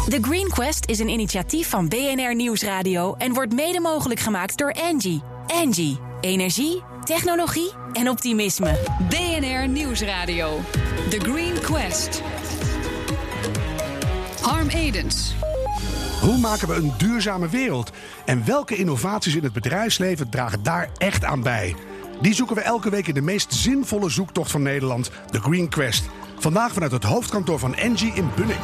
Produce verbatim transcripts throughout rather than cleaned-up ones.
The Green Quest is een initiatief van B N R Nieuwsradio en wordt mede mogelijk gemaakt door Engie. Engie. Energie, technologie en optimisme. B N R Nieuwsradio. The Green Quest. Harm Edens. Hoe maken we een duurzame wereld? En welke innovaties in het bedrijfsleven dragen daar echt aan bij? Die zoeken we elke week in de meest zinvolle zoektocht van Nederland, The Green Quest. Vandaag vanuit het hoofdkantoor van Engie in Bunnik.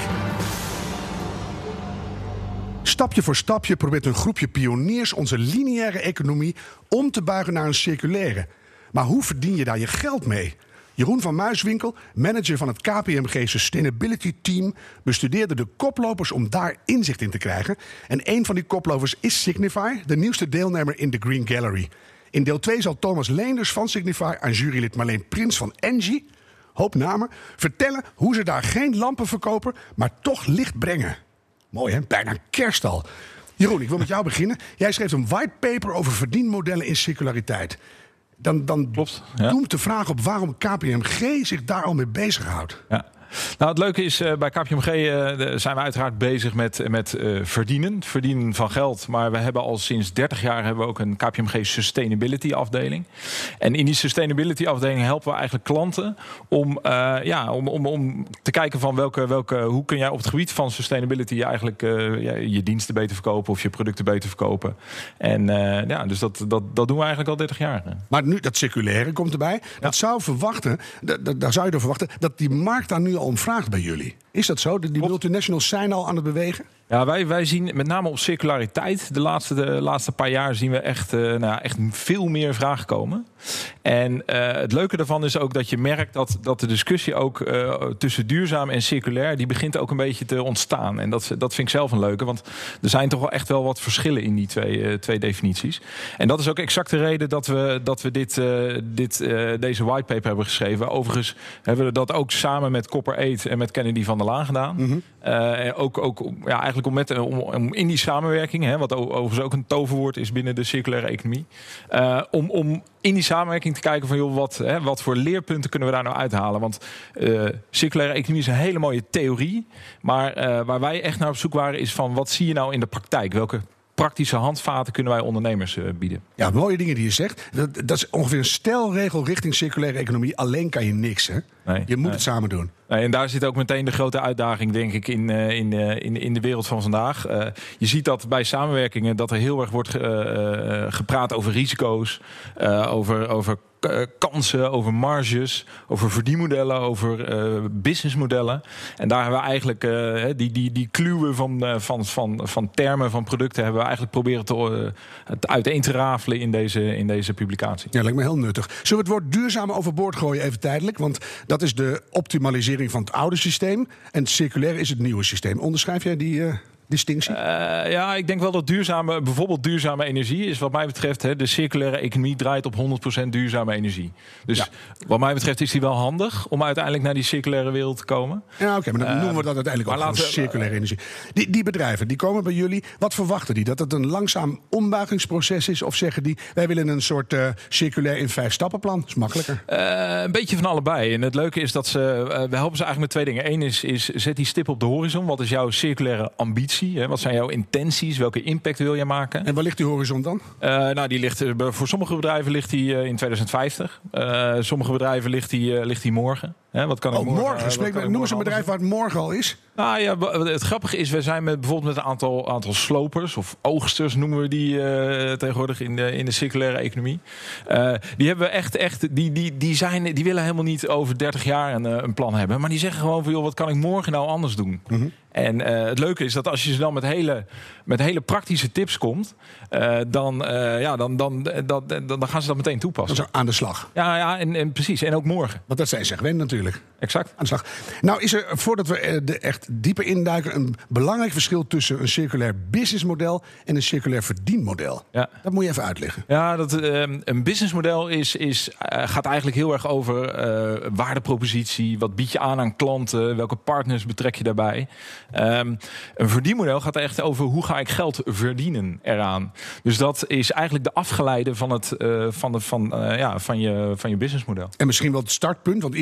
Stapje voor stapje probeert een groepje pioniers onze lineaire economie om te buigen naar een circulaire. Maar hoe verdien je daar je geld mee? Jeroen van Muiswinkel, manager van het K P M G Sustainability Team, bestudeerde de koplopers om daar inzicht in te krijgen. En een van die koplopers is Signify, de nieuwste deelnemer in de Green Gallery. In deel twee zal Thomas Leenders van Signify aan jurylid Marleen Prins van Engie, hoop namen, vertellen hoe ze daar geen lampen verkopen, maar toch licht brengen. Mooi hè, bijna kerst al. Jeroen, ik wil met jou beginnen. Jij schreef een whitepaper over verdienmodellen in circulariteit. Dan, dan Klopt, ja. doemt de vraag op waarom K P M G zich daar al mee bezighoudt. Ja. Nou, het leuke is, uh, bij K P M G uh, zijn we uiteraard bezig met, met uh, verdienen. Verdienen van geld. Maar we hebben al sinds dertig jaar hebben we ook een K P M G Sustainability afdeling. En in die Sustainability afdeling helpen we eigenlijk klanten om, uh, ja, om, om, om te kijken van welke, welke, hoe kun jij op het gebied van sustainability eigenlijk uh, ja, je diensten beter verkopen of je producten beter verkopen. En uh, ja, dus dat, dat, dat doen we eigenlijk al dertig jaar. Maar nu, dat circulaire komt erbij. Ja. Dat zou verwachten, da, da, daar zou je door verwachten dat die markt daar nu al om vraagt bij jullie. Is dat zo? Die multinationals zijn al aan het bewegen? Ja, wij, wij zien met name op circulariteit de laatste, de laatste paar jaar zien we echt, uh, nou, echt veel meer vragen komen. En uh, het leuke daarvan is ook dat je merkt dat, dat de discussie ook uh, tussen duurzaam en circulair, die begint ook een beetje te ontstaan. En dat, dat vind ik zelf een leuke, want er zijn toch wel echt wel wat verschillen in die twee, uh, twee definities. En dat is ook exact de reden dat we, dat we dit, uh, dit, uh, deze whitepaper hebben geschreven. Overigens hebben we dat ook samen met Copper Eight en met Kennedy van der Laan gedaan. Mm-hmm. Uh, ook, ook ja, eigenlijk om, met, om, om in die samenwerking, hè, wat overigens ook een toverwoord is binnen de circulaire economie, uh, om, om in die samenwerking te kijken van joh, wat, hè, wat voor leerpunten kunnen we daar nou uithalen? Want uh, circulaire economie is een hele mooie theorie, maar uh, waar wij echt naar op zoek waren is van wat zie je nou in de praktijk? Welke praktische handvaten kunnen wij ondernemers uh, bieden? Ja, mooie dingen die je zegt. Dat, dat is ongeveer een stelregel richting circulaire economie. Alleen kan je niks, hè? Nee, je moet nee. het samen doen. Nee, en daar zit ook meteen de grote uitdaging, denk ik, in, uh, in, uh, in, in de wereld van vandaag. Uh, je ziet dat bij samenwerkingen dat er heel erg wordt uh, uh, gepraat over risico's, uh, over, over uh, kansen, over marges, over verdienmodellen, over uh, businessmodellen. En daar hebben we eigenlijk uh, die, die, die kluwen van, uh, van, van, van termen, van producten, hebben we eigenlijk proberen te, uh, het uiteen te rafelen in deze, in deze publicatie. Ja, lijkt me heel nuttig. Zullen we het woord duurzaam overboord gooien even tijdelijk? Want dat is de optimalisering van het oude systeem. En het circulaire is het nieuwe systeem. Onderschrijf jij die uh, distinctie? Uh, ja, ik denk wel dat duurzame, bijvoorbeeld duurzame energie is wat mij betreft, hè, de circulaire economie draait op honderd procent duurzame energie. Dus ja. wat mij betreft is die wel handig om uiteindelijk naar die circulaire wereld te komen. Ja, oké, okay, maar dan uh, noemen we dat uiteindelijk ook gewoon circulaire energie. Die, die bedrijven, die komen bij jullie. Wat verwachten die? Dat het een langzaam ombuigingsproces is? Of zeggen die, wij willen een soort uh, circulair in vijf stappenplan? Dat is makkelijker. Uh, een beetje van allebei. En het leuke is dat ze, uh, we helpen ze eigenlijk met twee dingen. Eén is, is, zet die stip op de horizon. Wat is jouw circulaire ambitie? Hè? Wat zijn jouw intenties? Welke impact wil je maken? En waar ligt die horizon dan? Uh, nou, die ligt, voor sommige bedrijven ligt die uh, in tweeduizend vijftig. Uh, sommige bedrijven ligt die, uh, ligt die morgen. Hè? Wat kan oh, ik morgen? morgen. Uh, Spreek, noem eens een bedrijf waar het morgen al is. Nou ja, het grappige is, we zijn met bijvoorbeeld met een aantal, aantal slopers of oogsters noemen we die uh, tegenwoordig in de, in de circulaire economie. Uh, die hebben we echt, echt die, die, die, zijn, die willen helemaal niet over dertig jaar een, een plan hebben. Maar die zeggen gewoon van joh, wat kan ik morgen nou anders doen? Mm-hmm. En uh, het leuke is dat als je ze dan met hele, met hele praktische tips komt, uh, dan, uh, ja, dan, dan, dan, dan, dan gaan ze dat meteen toepassen. Dat is aan de slag. Ja, ja en, en precies. En ook morgen. Want dat zijn ze gewend natuurlijk. Exact. Aan de slag. Nou is er, voordat we er echt dieper induiken, een belangrijk verschil tussen een circulair businessmodel en een circulair verdienmodel. Ja. Dat moet je even uitleggen. Ja, dat, uh, een businessmodel is, is, uh, gaat eigenlijk heel erg over uh, waardepropositie. Wat bied je aan aan klanten? Welke partners betrek je daarbij? Um, een verdienmodel gaat er echt over hoe ga ik geld verdienen eraan. Dus dat is eigenlijk de afgeleide van, het, uh, van, de, van, uh, ja, van, je, van je businessmodel. En misschien wel het startpunt, want iedereen wil eerst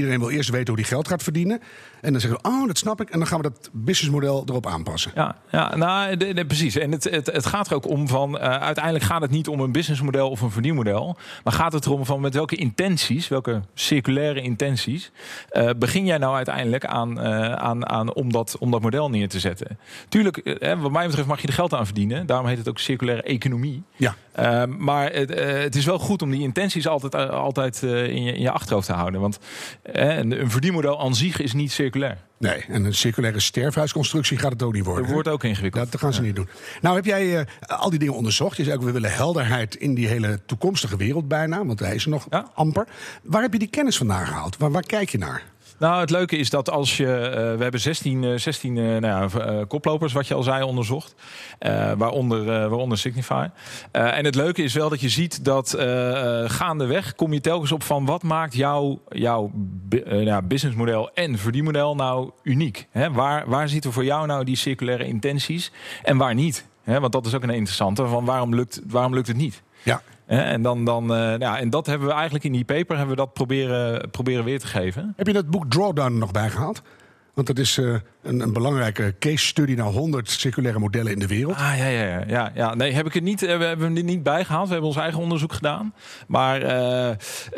eerst weten hoe die geld gaat verdienen. En dan zeggen we, oh, dat snap ik. En dan gaan we dat businessmodel erop aanpassen. Ja, ja nou, de, de, precies. En het, het, het gaat er ook om van... Uh, uiteindelijk gaat het niet om een businessmodel of een verdienmodel. Maar gaat het erom van met welke intenties, welke circulaire intenties... Uh, begin jij nou uiteindelijk aan, uh, aan, aan om, dat, om dat model neer te zetten. Tuurlijk, uh, wat mij betreft mag je er geld aan verdienen. Daarom heet het ook circulaire economie. Ja. Uh, maar het, uh, het is wel goed om die intenties altijd, uh, altijd uh, in, je, in je achterhoofd te houden. Want uh, een, een verdienmodel aan zich is niet circulair. Nee, en een circulaire sterfhuisconstructie gaat het ook niet worden. Dat wordt ook ingewikkeld. Dat gaan ze ja. niet doen. Nou, heb jij uh, al die dingen onderzocht? Je zei ook, we willen helderheid in die hele toekomstige wereld bijna. Want hij is er nog ja. amper. Waar heb je die kennis vandaan gehaald? Waar, waar kijk je naar? Nou, het leuke is dat als je... Uh, we hebben zestien, zestien uh, nou ja, uh, koplopers, wat je al zei, onderzocht. Uh, waaronder, uh, waaronder Signify. Uh, en het leuke is wel dat je ziet dat uh, uh, gaandeweg kom je telkens op van... wat maakt jouw jouw uh, ja, businessmodel en verdienmodel nou uniek? Hè? Waar, waar zitten voor jou nou die circulaire intenties en waar niet? Hè? Want dat is ook een interessante. Van waarom lukt, waarom lukt het niet? Ja. En, dan, dan, uh, ja, en dat hebben we eigenlijk in die paper hebben we dat proberen, proberen weer te geven. Heb je dat boek Drawdown er nog bij gehaald? Want dat is uh, een, een belangrijke case study naar honderd circulaire modellen in de wereld. Ah, ja, ja, ja, ja. Nee, heb ik het niet, we hebben hem er niet bijgehaald. We hebben ons eigen onderzoek gedaan. Maar uh,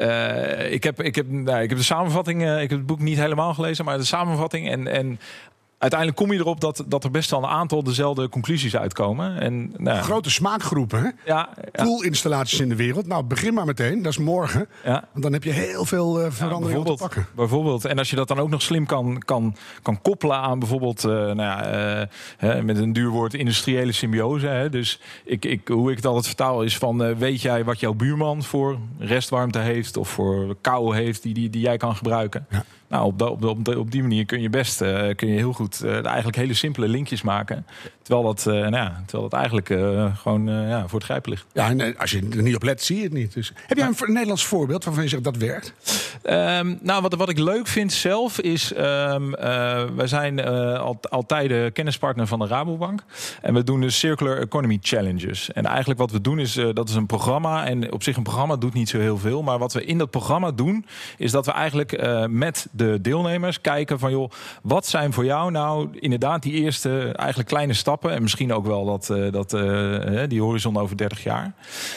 uh, ik, heb, ik, heb, nou, ik heb de samenvatting, uh, ik heb het boek niet helemaal gelezen, maar de samenvatting en... en uiteindelijk kom je erop dat, dat er best wel een aantal dezelfde conclusies uitkomen. En, nou, grote smaakgroepen, hè? Ja, ja. Koelinstallaties in de wereld. Nou, begin maar meteen. Dat is morgen. Ja. Want dan heb je heel veel uh, veranderingen ja, te pakken. Bijvoorbeeld. En als je dat dan ook nog slim kan, kan, kan koppelen aan bijvoorbeeld... Uh, nou ja, uh, hè, met een duur woord industriële symbiose. Hè. Dus ik, ik, hoe ik het altijd vertaal is van... Uh, weet jij wat jouw buurman voor restwarmte heeft... of voor kou heeft die, die, die jij kan gebruiken... Ja. Nou, op, de, op, de, op, de, op die manier kun je best uh, kun je heel goed uh, eigenlijk hele simpele linkjes maken. Terwijl dat, uh, nou ja, terwijl dat eigenlijk uh, gewoon uh, ja, voor het grijpen ligt. Ja, en als je er niet op let, zie je het niet. Dus, heb jij een, een Nederlands voorbeeld waarvan je zegt dat werkt? Um, nou, wat, wat ik leuk vind zelf is... Um, uh, wij zijn uh, al, al tijden kennispartner van de Rabobank. En we doen de Circular Economy Challenges. En eigenlijk wat we doen is, uh, dat is een programma. En op zich een programma doet niet zo heel veel. Maar wat we in dat programma doen, is dat we eigenlijk uh, met de deelnemers kijken van... joh, wat zijn voor jou nou inderdaad die eerste eigenlijk kleine stappen... en misschien ook wel dat, uh, dat, uh, die horizon over dertig jaar.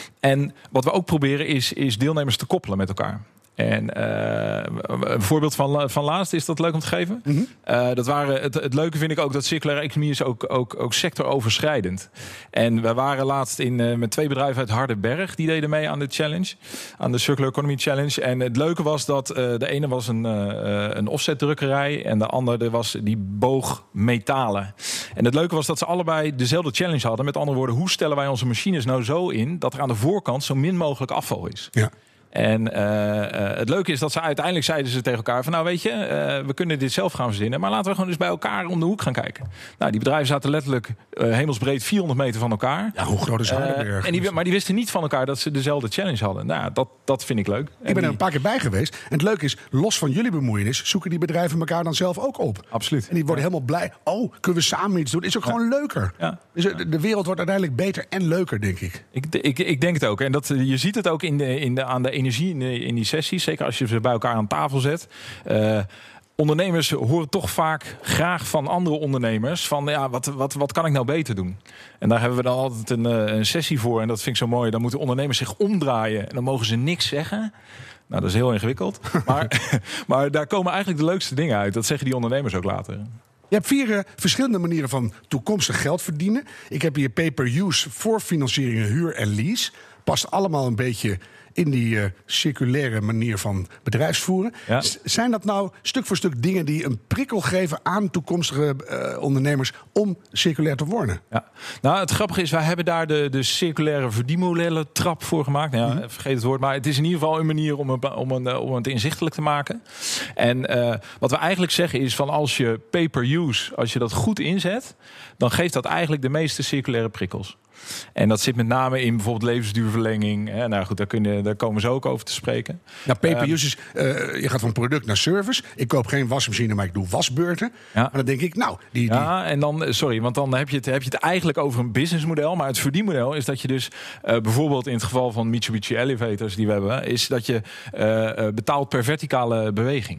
En wat we ook proberen is, is deelnemers te koppelen met elkaar. En uh, een voorbeeld van, van laatst, is dat leuk om te geven? Mm-hmm. Uh, dat waren, het, het leuke vind ik ook dat circulaire economie is ook, ook, ook sectoroverschrijdend. En we waren laatst in, uh, met twee bedrijven uit Hardenberg, die deden mee aan de challenge, aan de Circular Economy Challenge. En het leuke was dat uh, de ene was een, uh, een offsetdrukkerij en de andere was die boog metalen. En het leuke was dat ze allebei dezelfde challenge hadden. Met andere woorden, hoe stellen wij onze machines nou zo in dat er aan de voorkant zo min mogelijk afval is? Ja. En uh, uh, het leuke is dat ze uiteindelijk zeiden ze tegen elkaar van nou weet je, uh, we kunnen dit zelf gaan verzinnen, maar laten we gewoon eens bij elkaar om de hoek gaan kijken. Nou, die bedrijven zaten letterlijk uh, hemelsbreed vierhonderd meter van elkaar. Ja, hoe groot is Hardenberg? Uh, en die, maar die wisten niet van elkaar dat ze dezelfde challenge hadden. Nou, dat, dat vind ik leuk. Ik ben er die... een paar keer bij geweest. En het leuke is, los van jullie bemoeienis, zoeken die bedrijven elkaar dan zelf ook op. Absoluut. En die worden ja. helemaal blij. Oh, kunnen we samen iets doen? Is ook ja. gewoon leuker. Ja. Dus de wereld wordt uiteindelijk beter en leuker, denk ik. Ik, ik, ik denk het ook. En dat, je ziet het ook in de, in de, aan de energie in die sessies, zeker als je ze bij elkaar aan tafel zet. Uh, ondernemers horen toch vaak graag van andere ondernemers van ja, wat, wat, wat kan ik nou beter doen? En daar hebben we dan altijd een, een sessie voor en dat vind ik zo mooi. Dan moeten ondernemers zich omdraaien en dan mogen ze niks zeggen. Nou, dat is heel ingewikkeld. Maar, maar daar komen eigenlijk de leukste dingen uit. Dat zeggen die ondernemers ook later. Je hebt vier uh, verschillende manieren van toekomstig geld verdienen. Ik heb hier pay-per-use, voorfinanciering, huur en lease. Past allemaal een beetje in die uh, circulaire manier van bedrijfsvoeren. Ja. S- zijn dat nou stuk voor stuk dingen die een prikkel geven aan toekomstige uh, ondernemers om circulair te worden? Ja. Nou, het grappige is, wij hebben daar de, de circulaire verdienmodellen trap voor gemaakt. Nou ja, mm-hmm. Vergeet het woord, maar het is in ieder geval een manier om, een, om, een, om het inzichtelijk te maken. En uh, wat we eigenlijk zeggen is van als je pay-per-use, als je dat goed inzet, dan geeft dat eigenlijk de meeste circulaire prikkels. En dat zit met name in bijvoorbeeld levensduurverlenging. Hè. Nou goed, daar, kunnen, daar komen ze ook over te spreken. Nou, pay-per-use is, uh, je gaat van product naar service. Ik koop geen wasmachine, maar ik doe wasbeurten. Ja. En dan denk ik, nou... Die, die... Ja, en dan, sorry, want dan heb je, het, heb je het eigenlijk over een businessmodel. Maar het verdienmodel is dat je dus uh, bijvoorbeeld in het geval van Mitsubishi Elevators die we hebben, is dat je uh, betaalt per verticale beweging. Ja.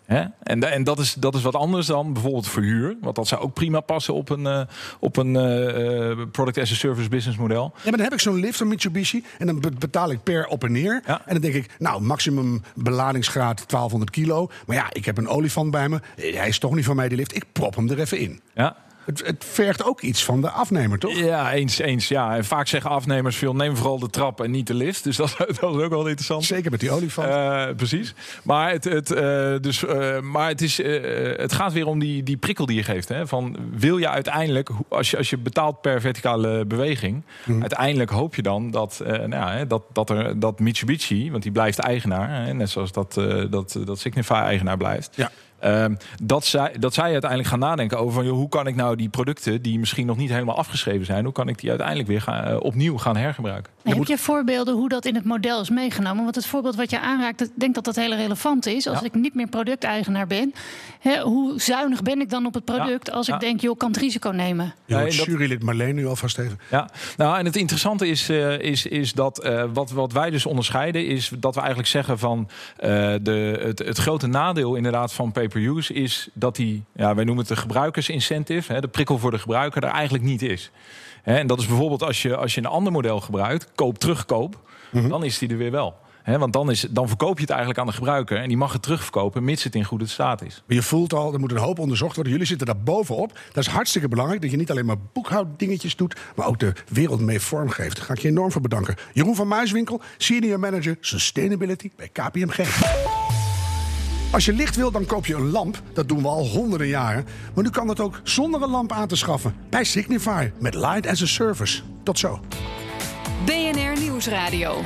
Hè? En, en dat, is, dat is wat anders dan bijvoorbeeld verhuur. Want dat zou ook prima passen op een, uh, op een uh, product as a service business model. Ja, maar dan heb ik zo'n lift van Mitsubishi en dan betaal ik per op en neer. Ja. En dan denk ik, nou, maximum beladingsgraad twaalfhonderd kilo. Maar ja, ik heb een olifant bij me. Hij is toch niet van mij, die lift. Ik prop hem er even in. Ja. Het, het vergt ook iets van de afnemer, toch? Ja, eens, eens. Ja. En vaak zeggen afnemers veel, neem vooral de trap en niet de lift. Dus dat, dat is ook wel interessant. Zeker met die olifant. Uh, precies. Maar het, het, uh, dus, uh, maar het, is, uh, het gaat weer om die, die prikkel die je geeft. Hè? Van, wil je uiteindelijk, als je, als je betaalt per verticale beweging... Hmm. uiteindelijk hoop je dan dat, uh, nou ja, dat, dat, er, dat Mitsubishi, want die blijft eigenaar... Hè? Net zoals dat, uh, dat, dat Signify eigenaar blijft... Ja. Um, dat, zij, dat zij uiteindelijk gaan nadenken over... Joh, hoe kan ik nou die producten die misschien nog niet helemaal afgeschreven zijn... hoe kan ik die uiteindelijk weer gaan, uh, opnieuw gaan hergebruiken? En heb je voorbeelden hoe dat in het model is meegenomen? Want het voorbeeld wat je aanraakt, ik denk dat dat heel relevant is. Als ja. ik niet meer producteigenaar ben... Hè, hoe zuinig ben ik dan op het product... Ja. als ik ja. denk, joh, ik kan het risico nemen? Ja, het jurylid Marleen nu alvast even. Ja, nou, en het interessante is, uh, is, is dat uh, wat, wat wij dus onderscheiden... is dat we eigenlijk zeggen van... Uh, de, het, het grote nadeel inderdaad van pay-per-use... is dat die, ja, wij noemen het de gebruikersincentive... Hè, de prikkel voor de gebruiker, er eigenlijk niet is. Hè, en dat is bijvoorbeeld als je, als je een ander model gebruikt... koop, terugkoop, mm-hmm. dan is die er weer wel. He, want dan, is, dan verkoop je het eigenlijk aan de gebruiker... en die mag het terugverkopen, mits het in goede staat is. Maar je voelt al, er moet een hoop onderzocht worden. Jullie zitten daar bovenop. Dat is hartstikke belangrijk, dat je niet alleen maar boekhouddingetjes doet... maar ook de wereld mee vormgeeft. Daar ga ik je enorm voor bedanken. Jeroen van Muiswinkel, Senior Manager Sustainability bij K P M G. Als je licht wil, dan koop je een lamp. Dat doen we al honderden jaren. Maar nu kan dat ook zonder een lamp aan te schaffen. Bij Signify, met Light as a Service. Tot zo. B N R Nieuwsradio.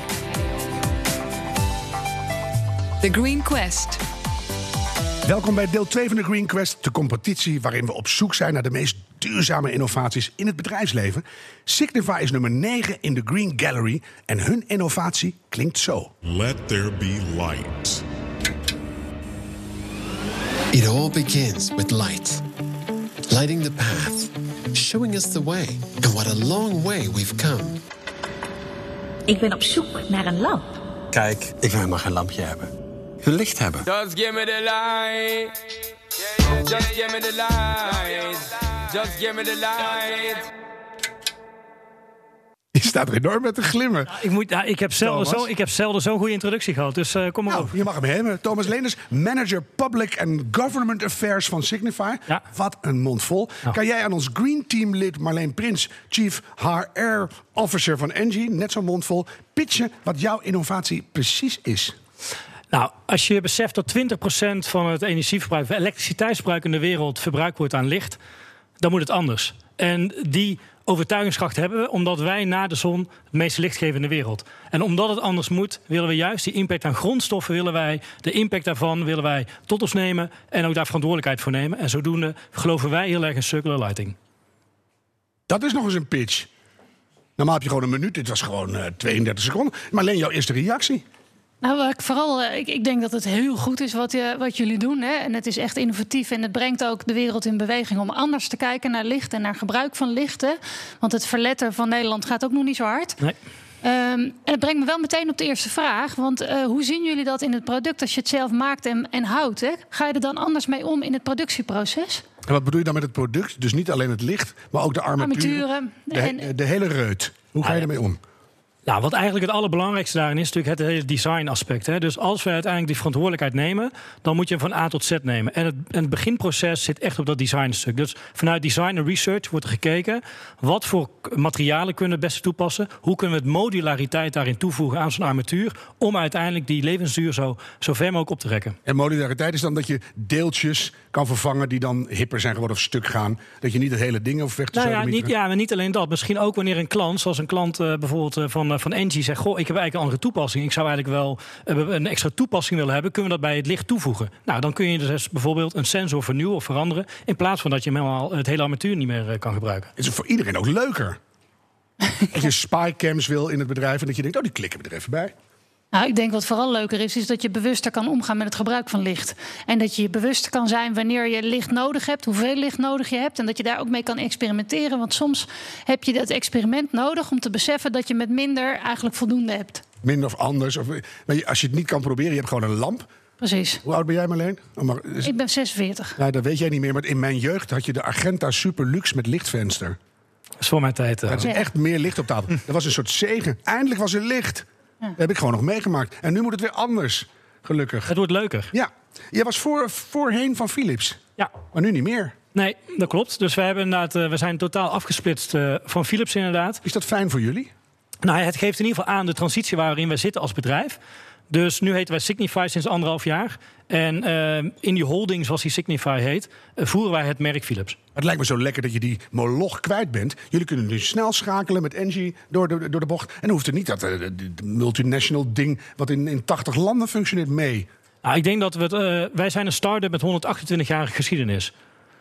The Green Quest. Welkom bij deel twee van de Green Quest, de competitie waarin we op zoek zijn naar de meest duurzame innovaties in het bedrijfsleven. Signify is nummer negen in de Green Gallery en hun innovatie klinkt zo. Let there be light. It all begins with light. Lighting the path, showing us the way, and what a long way we've come. Ik ben op zoek naar een lamp. Kijk, ik wil helemaal geen lampje hebben. Ik wil licht hebben. Just give me the light. Just give me the light. Just give me the light. Je staat er enorm met te glimmen. Nou, ik, moet, nou, ik heb zelden zo, ik heb zelden zo'n goede introductie gehad, dus uh, kom maar nou, op. Je mag hem hebben. Thomas Leenders, Manager Public and Government Affairs van Signify. Ja. Wat een mond vol. Nou. Kan jij aan ons Green Team lid Marleen Prins, Chief H R Officer van Engie, net zo'n mond vol, pitchen wat jouw innovatie precies is? Nou, als je beseft dat twintig procent van het energieverbruik, van elektriciteitsverbruik in de wereld verbruikt wordt aan licht, dan moet het anders. En die overtuigingskracht hebben we omdat wij na de zon het meeste licht geven in de wereld. En omdat het anders moet, willen we juist die impact aan grondstoffen, willen wij de impact daarvan willen wij tot ons nemen en ook daar verantwoordelijkheid voor nemen. En zodoende geloven wij heel erg in circular lighting. Dat is nog eens een pitch. Normaal heb je gewoon een minuut, dit was gewoon uh, tweeëndertig seconden. Maar alleen jouw eerste reactie. Nou, vooral, ik, ik denk dat het heel goed is wat, je, wat jullie doen. Hè? En het is echt innovatief en het brengt ook de wereld in beweging om anders te kijken naar licht en naar gebruik van licht. Hè? Want het verletten van Nederland gaat ook nog niet zo hard. Nee. Um, en het brengt me wel meteen op de eerste vraag. Want uh, hoe zien jullie dat in het product als je het zelf maakt en, en houdt? Hè? Ga je er dan anders mee om in het productieproces? En wat bedoel je dan met het product? Dus niet alleen het licht, maar ook de armaturen, armaturen de, en, de hele reut. Hoe ga je ermee om? Nou, wat eigenlijk het allerbelangrijkste daarin is, natuurlijk het hele design-aspect. Hè. Dus als we uiteindelijk die verantwoordelijkheid nemen, dan moet je hem van A tot Z nemen. En het, en het beginproces zit echt op dat designstuk. Dus vanuit design en research wordt er gekeken, wat voor materialen kunnen we het beste toepassen? Hoe kunnen we het modulariteit daarin toevoegen aan zo'n armatuur, om uiteindelijk die levensduur zo, zo ver mogelijk op te rekken? En modulariteit is dan dat je deeltjes kan vervangen die dan hipper zijn geworden of stuk gaan. Dat je niet het hele ding over nou ja, niet, ja, maar niet alleen dat. Misschien ook wanneer een klant, zoals een klant uh, bijvoorbeeld uh, van van Engie zegt, goh, ik heb eigenlijk een andere toepassing. Ik zou eigenlijk wel uh, een extra toepassing willen hebben. Kunnen we dat bij het licht toevoegen? Nou, dan kun je dus bijvoorbeeld een sensor vernieuwen of veranderen, in plaats van dat je helemaal het hele armatuur niet meer uh, kan gebruiken. Het is voor iedereen ook leuker. Als je spycams wil in het bedrijf en dat je denkt, oh, die klikken we er even bij. Nou, ik denk wat vooral leuker is, is dat je bewuster kan omgaan met het gebruik van licht. En dat je bewust kan zijn wanneer je licht nodig hebt, hoeveel licht nodig je hebt. En dat je daar ook mee kan experimenteren. Want soms heb je dat experiment nodig om te beseffen dat je met minder eigenlijk voldoende hebt. Minder of anders. Of, maar als je het niet kan proberen, je hebt gewoon een lamp. Precies. Hoe oud ben jij, Marleen? Oh, maar is... Ik ben zesenveertig. Ja, dat weet jij niet meer. Maar in mijn jeugd had je de Argenta Superlux met lichtvenster. Dat is voor mijn tijd. Uh... Het is echt meer licht op tafel. Dat was een soort zegen. Eindelijk was er licht. Ja. Dat heb ik gewoon nog meegemaakt. En nu moet het weer anders, gelukkig. Het wordt leuker. Ja. Jij was voor, voorheen van Philips. Ja. Maar nu niet meer. Nee, dat klopt. Dus we, hebben inderdaad, uh, we zijn totaal afgesplitst uh, van Philips inderdaad. Is dat fijn voor jullie? Nou, het geeft in ieder geval aan de transitie waarin wij zitten als bedrijf. Dus nu heten wij Signify sinds anderhalf jaar. En uh, in die holding, zoals die Signify heet, uh, voeren wij het merk Philips. Het lijkt me zo lekker dat je die moloch kwijt bent. Jullie kunnen nu snel schakelen met Engie door de, door de bocht. En dan hoeft er niet dat uh, de multinational ding wat in, in tachtig landen functioneert mee. Nou, ik denk dat we het, uh, wij zijn een start-up met honderdachtentwintig-jarige geschiedenis.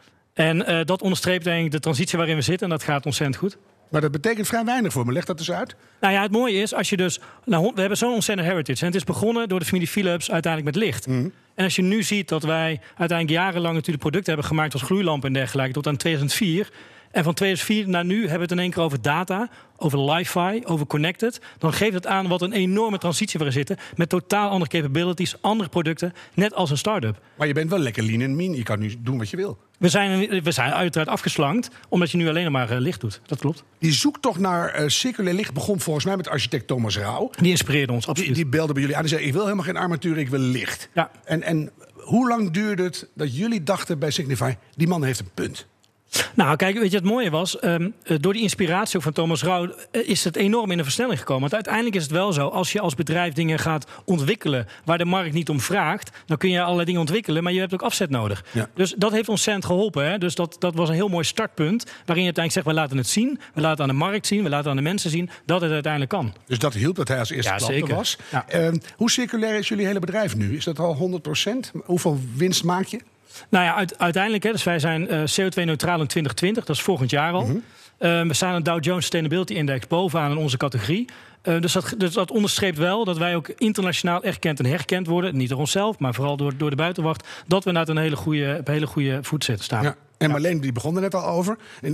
En uh, dat onderstreept denk ik de transitie waarin we zitten. En dat gaat ontzettend goed. Maar dat betekent vrij weinig voor me. Leg dat eens uit. Nou ja, het mooie is, als je dus... Nou, we hebben zo'n ontzettend heritage. En het is begonnen door de familie Philips uiteindelijk met licht. Mm. En als je nu ziet dat wij uiteindelijk jarenlang natuurlijk producten hebben gemaakt als gloeilampen en dergelijke, tot aan tweeduizend vier. En van tweeduizend vier naar nu hebben we het in één keer over data, over Li-Fi, over connected. Dan geeft het aan wat een enorme transitie waarin zitten. Met totaal andere capabilities, andere producten. Net als een start-up. Maar je bent wel lekker lean en mean. Je kan nu doen wat je wil. We zijn, we zijn uiteraard afgeslankt, omdat je nu alleen maar uh, licht doet. Dat klopt. Die zoektocht naar uh, circulair licht begon volgens mij met architect Thomas Rauw. Die inspireerde ons, absoluut. Die, die belde bij jullie aan en zei, ik wil helemaal geen armatuur, ik wil licht. Ja. En, en hoe lang duurde het dat jullie dachten bij Signify, die man heeft een punt? Nou, kijk, weet je, het mooie was, um, door die inspiratie ook van Thomas Rauw uh, is het enorm in de versnelling gekomen. Want uiteindelijk is het wel zo, als je als bedrijf dingen gaat ontwikkelen waar de markt niet om vraagt, dan kun je allerlei dingen ontwikkelen, maar je hebt ook afzet nodig. Ja. Dus dat heeft ontzettend geholpen. Hè? Dus dat, dat was een heel mooi startpunt, waarin je uiteindelijk zegt, we laten het zien, we laten het aan de markt zien, we laten het aan de mensen zien, dat het uiteindelijk kan. Dus dat hielp dat hij als eerste ja, klap er was. Ja. Uh, hoe circulair is jullie hele bedrijf nu? Is dat al honderd procent? Hoeveel winst maak je? Nou ja, uiteindelijk, hè, dus wij zijn uh, C O twee neutraal in twintig twintig, dat is volgend jaar al. Mm-hmm. Uh, we staan in de Dow Jones Sustainability Index bovenaan in onze categorie. Uh, dus, dat, dus dat onderstreept wel dat wij ook internationaal erkend en herkend worden. Niet door onszelf, maar vooral door, door de buitenwacht. Dat we naar een hele goede, op een hele goede voet zitten staan. Ja. En Marleen, die begon er net al over.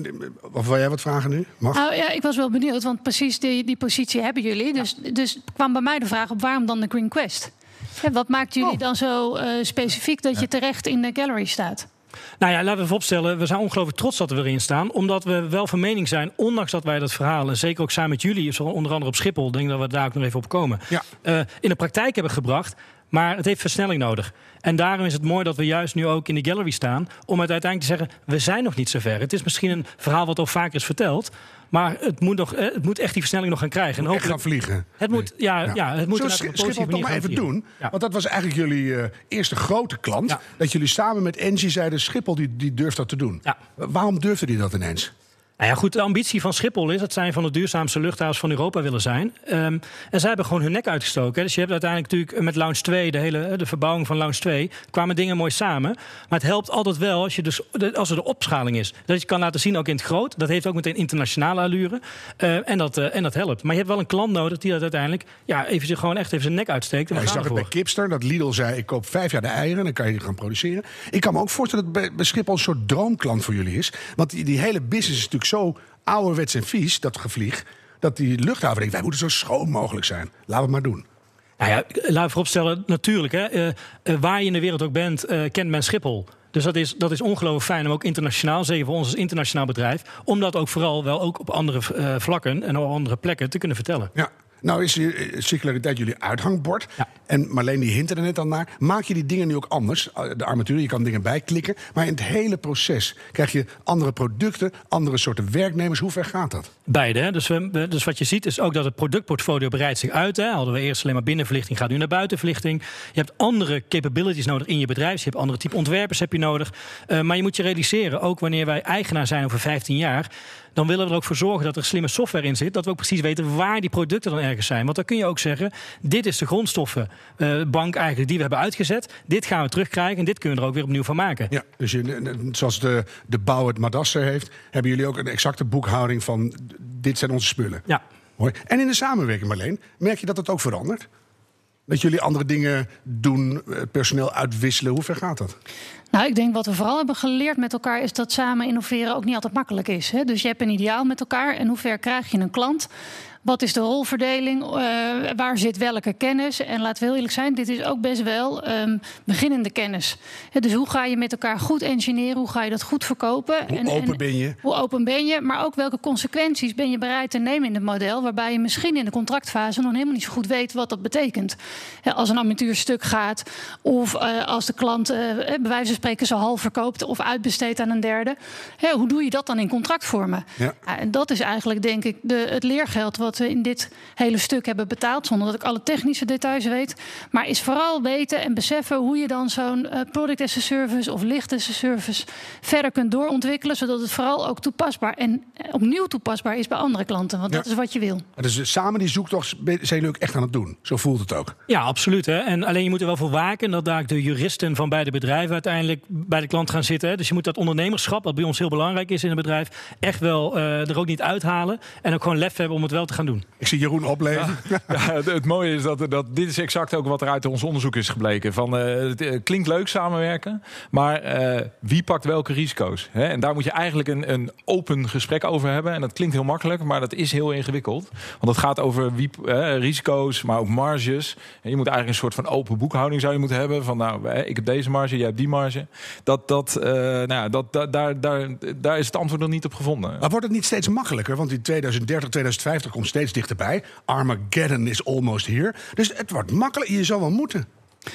Of wil jij wat vragen nu? Mag? Nou, ja, ik was wel benieuwd, want precies die, die positie hebben jullie. Dus, ja. dus kwam bij mij de vraag op waarom dan de Green Quest? Ja, wat maakt jullie oh. dan zo uh, specifiek dat je terecht in de gallery staat? Nou ja, laten we even opstellen. We zijn ongelooflijk trots dat we erin staan. Omdat we wel van mening zijn, ondanks dat wij dat verhaal, en zeker ook samen met jullie, onder andere op Schiphol, denk dat we daar ook nog even op komen, ja. uh, in de praktijk hebben gebracht. Maar het heeft versnelling nodig. En daarom is het mooi dat we juist nu ook in de gallery staan, om het uiteindelijk te zeggen, we zijn nog niet zo ver. Het is misschien een verhaal wat al vaker is verteld, maar het moet, nog, het moet echt die versnelling nog gaan krijgen. En echt gaan vliegen. Het moet, ja, ja. ja, het moet Zo Schiphol toch maar even vliegen. doen. Ja. Want dat was eigenlijk jullie uh, eerste grote klant. Ja. Dat jullie samen met Engie zeiden, Schiphol die, die durft dat te doen. Ja. Waarom durfde die dat ineens? Nou ja, goed, de ambitie van Schiphol is dat zij van de duurzaamste luchthavens van Europa willen zijn. Um, en zij hebben gewoon hun nek uitgestoken. Hè. Dus je hebt uiteindelijk natuurlijk met Lounge twee, de hele de verbouwing van Lounge twee, kwamen dingen mooi samen. Maar het helpt altijd wel als, je dus, als er de opschaling is. Dat je kan laten zien ook in het groot. Dat heeft ook meteen internationale allure. Uh, en, dat, uh, en dat helpt. Maar je hebt wel een klant nodig die dat uiteindelijk ja, even, gewoon echt even zijn nek uitsteekt. En ja, je zag het bij Kipster, dat Lidl zei, ik koop vijf jaar de eieren, dan kan je die gaan produceren. Ik kan me ook voorstellen dat bij, bij Schiphol een soort droomklant voor jullie is. Want die, die hele business is natuurlijk zo ouderwets en vies, dat gevlieg, dat die luchthaven denkt, wij moeten zo schoon mogelijk zijn. Laten we het maar doen. Nou ja, laten we vooropstellen, natuurlijk, hè, uh, uh, waar je in de wereld ook bent, uh, kent men Schiphol. Dus dat is, dat is ongelooflijk fijn, om ook internationaal, zeker voor ons als internationaal bedrijf, om dat ook vooral wel ook op andere uh, vlakken en op andere plekken te kunnen vertellen. Ja. Nou is circulariteit jullie uithangbord. Ja. En Marleen die hint er net al naar. Maak je die dingen nu ook anders? De armatuur, je kan dingen bijklikken. Maar in het hele proces krijg je andere producten, andere soorten werknemers. Hoe ver gaat dat? Beide. Hè? Dus, we, dus wat je ziet is ook dat het productportfolio breidt zich uit. Hè? Hadden we eerst alleen maar binnenverlichting, gaat nu naar buitenverlichting. Je hebt andere capabilities nodig in je bedrijf. Je hebt andere type ontwerpers heb je nodig. Uh, maar je moet je realiseren, ook wanneer wij eigenaar zijn over vijftien jaar... dan willen we er ook voor zorgen dat er slimme software in zit. Dat we ook precies weten waar die producten dan ergens zijn. Want dan kun je ook zeggen, dit is de grondstoffenbank uh, eigenlijk die we hebben uitgezet. Dit gaan we terugkrijgen en dit kunnen we er ook weer opnieuw van maken. Ja, dus je, zoals de, de bouw het Madasser heeft, hebben jullie ook een exacte boekhouding van dit zijn onze spullen. Ja. Mooi. En in de samenwerking, Marleen, merk je dat het ook verandert? Dat jullie andere dingen doen, het personeel uitwisselen. Hoe ver gaat dat? Nou, ik denk wat we vooral hebben geleerd met elkaar is dat samen innoveren ook niet altijd makkelijk is. Hè? Dus je hebt een ideaal met elkaar en hoe ver krijg je een klant Wat is de rolverdeling? Uh, waar zit welke kennis? En laten we heel eerlijk zijn, dit is ook best wel um, beginnende kennis. Ja, dus hoe ga je met elkaar goed engineeren? Hoe ga je dat goed verkopen? Hoe en, open en, ben je? Hoe open ben je? Maar ook welke consequenties ben je bereid te nemen in het model, waarbij je misschien in de contractfase nog helemaal niet zo goed weet wat dat betekent. Ja, als een armatuur stuk gaat, of uh, als de klant uh, bij wijze van spreken zijn hal verkoopt of uitbesteedt aan een derde. Ja, hoe doe je dat dan in contractvormen? Ja. Ja, en dat is eigenlijk, denk ik, de, het leergeld wat we in dit hele stuk hebben betaald, zonder dat ik alle technische details weet. Maar is vooral weten en beseffen hoe je dan zo'n uh, product as a service of licht as a service verder kunt doorontwikkelen, zodat het vooral ook toepasbaar en opnieuw toepasbaar is bij andere klanten. Want ja. dat is wat je wil. Dus samen die zoektocht zijn jullie ook echt aan het doen. Zo voelt het ook. Ja, absoluut. Hè. En alleen je moet er wel voor waken dat daar de juristen van beide bedrijven uiteindelijk bij de klant gaan zitten. Hè. Dus je moet dat ondernemerschap, wat bij ons heel belangrijk is in een bedrijf, echt wel uh, er ook niet uithalen. En ook gewoon lef hebben om het wel te gaan doen. Ik zie Jeroen opleven. Ja, ja, het, het mooie is dat, dat dit is exact ook wat er uit ons onderzoek is gebleken. Van, uh, het uh, klinkt leuk samenwerken, maar uh, wie pakt welke risico's? Hè? En daar moet je eigenlijk een, een open gesprek over hebben. En dat klinkt heel makkelijk, maar dat is heel ingewikkeld. Want het gaat over wie, uh, risico's, maar ook marges. En je moet eigenlijk een soort van open boekhouding zou je moeten hebben. Van nou, uh, ik heb deze marge, jij hebt die marge. Dat, dat, uh, nou, dat, da, daar, daar, daar is het antwoord nog niet op gevonden. Maar wordt het niet steeds makkelijker? Want in twintig dertig, twintig vijftig komt steeds dichterbij. Armageddon is almost here. Dus het wordt makkelijker. Je zou wel moeten.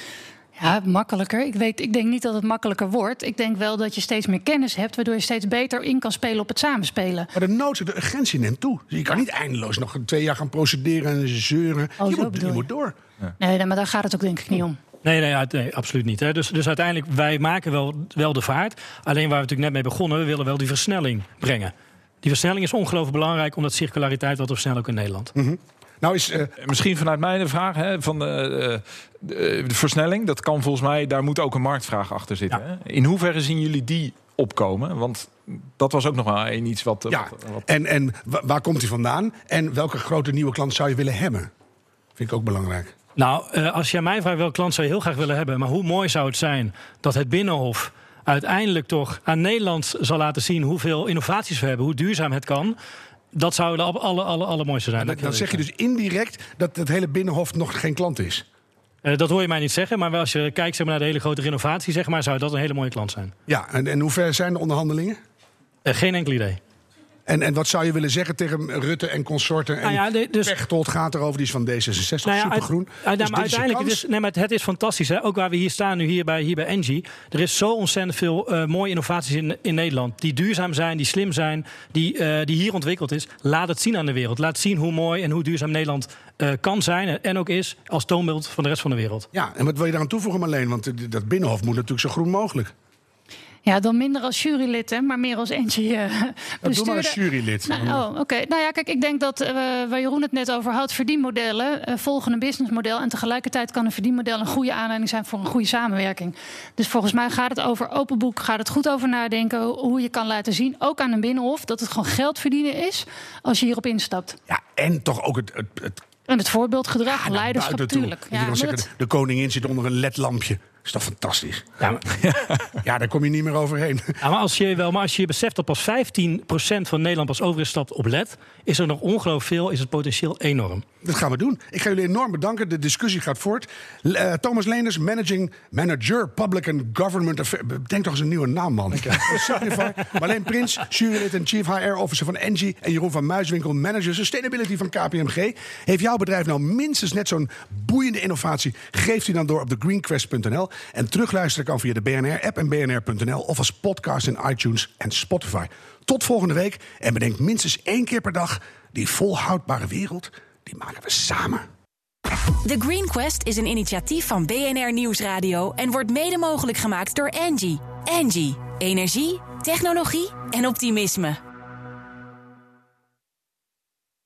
Ja, makkelijker. Ik, weet, ik denk niet dat het makkelijker wordt. Ik denk wel dat je steeds meer kennis hebt, waardoor je steeds beter in kan spelen op het samenspelen. Maar de nood, de urgentie neemt toe. Dus je kan niet eindeloos nog twee jaar gaan procederen en zeuren. Oh, je, zo moet, je, je moet door. Ja. Nee, maar daar gaat het ook denk ik niet om. Nee, nee, nee, absoluut niet. Hè. Dus, dus uiteindelijk, wij maken wel, wel de vaart. Alleen waar we natuurlijk net mee begonnen, we willen wel die versnelling brengen. Die versnelling is ongelooflijk belangrijk, omdat circulariteit wat te versnellen ook in Nederland. Mm-hmm. Nou is, uh, Misschien vanuit mij de vraag hè, van de, de, de versnelling. Dat kan volgens mij, daar moet ook een marktvraag achter zitten. Ja. Hè? In hoeverre zien jullie die opkomen? Want dat was ook nog wel een iets wat... Ja, wat, wat... en, en waar komt die vandaan? En welke grote nieuwe klant zou je willen hebben? Vind ik ook belangrijk. Nou, uh, als je aan mij vraagt welke klant zou je heel graag willen hebben, maar hoe mooi zou het zijn dat het Binnenhof uiteindelijk toch aan Nederland zal laten zien hoeveel innovaties we hebben, hoe duurzaam het kan. Dat zou de aller, aller, allermooiste zijn. Dan, dan zeg je dus indirect dat het hele Binnenhof nog geen klant is? Uh, dat hoor je mij niet zeggen, maar als je kijkt zeg maar, naar de hele grote renovatie, zeg maar, zou dat een hele mooie klant zijn. Ja, en, en hoe ver zijn de onderhandelingen? Uh, geen enkel idee. En, en wat zou je willen zeggen tegen Rutte en consorten? En nou ja, dus, Pechtold gaat erover, die is van D zesenzestig, nou ja, supergroen. Uit, uit, dus maar uiteindelijk, het is, nee, maar het is fantastisch. Hè? Ook waar we hier staan, nu hier bij, hier bij Engie. Er is zo ontzettend veel uh, mooie innovaties in, in Nederland. Die duurzaam zijn, die slim zijn, die, uh, die hier ontwikkeld is. Laat het zien aan de wereld. Laat zien hoe mooi en hoe duurzaam Nederland uh, kan zijn. En ook is als toonbeeld van de rest van de wereld. Ja, en wat wil je daaraan toevoegen, Marleen? Want dat Binnenhof moet natuurlijk zo groen mogelijk. Ja, dan minder als jurylid, hè, maar meer als Engie uh, bestuurder. Doe maar als jurylid. Nou, oh, oké. Okay. Nou ja, kijk, ik denk dat uh, waar Jeroen het net over had, verdienmodellen uh, volgen een businessmodel. En tegelijkertijd kan een verdienmodel een goede aanleiding zijn voor een goede samenwerking. Dus volgens mij gaat het over open boek, gaat het goed over nadenken hoe je kan laten zien, ook aan een Binnenhof, dat het gewoon geld verdienen is als je hierop instapt. Ja, en toch ook het... het, het... En het voorbeeldgedrag, ja, leiderschap natuurlijk. Ja, je kan zeggen, de koningin zit onder een ledlampje. Dat is toch fantastisch? Ja, maar, ja, daar kom je niet meer overheen. Ja, maar, als je wel, maar als je beseft dat pas vijftien procent van Nederland pas overgestapt op L E D, is er nog ongelooflijk veel, is het potentieel enorm. Dat gaan we doen. Ik ga jullie enorm bedanken. De discussie gaat voort. Uh, Thomas Leenders, Managing Manager Public and Government Affairs. Denk toch eens een nieuwe naam, man. Signify. Marleen Prins, jurylid en Chief H R Officer van Engie. En Jeroen van Muiswinkel, Manager Sustainability van K P M G. Heeft jouw bedrijf nou minstens net zo'n boeiende innovatie? Geef die dan door op de greenquest punt n l. En terugluisteren kan via de B N R-app en B N R punt n l of als podcast in iTunes en Spotify. Tot volgende week. En bedenk minstens één keer per dag, die volhoudbare wereld, die maken we samen. The Green Quest is een initiatief van B N R Nieuwsradio en wordt mede mogelijk gemaakt door Engie. Engie, energie, technologie en optimisme.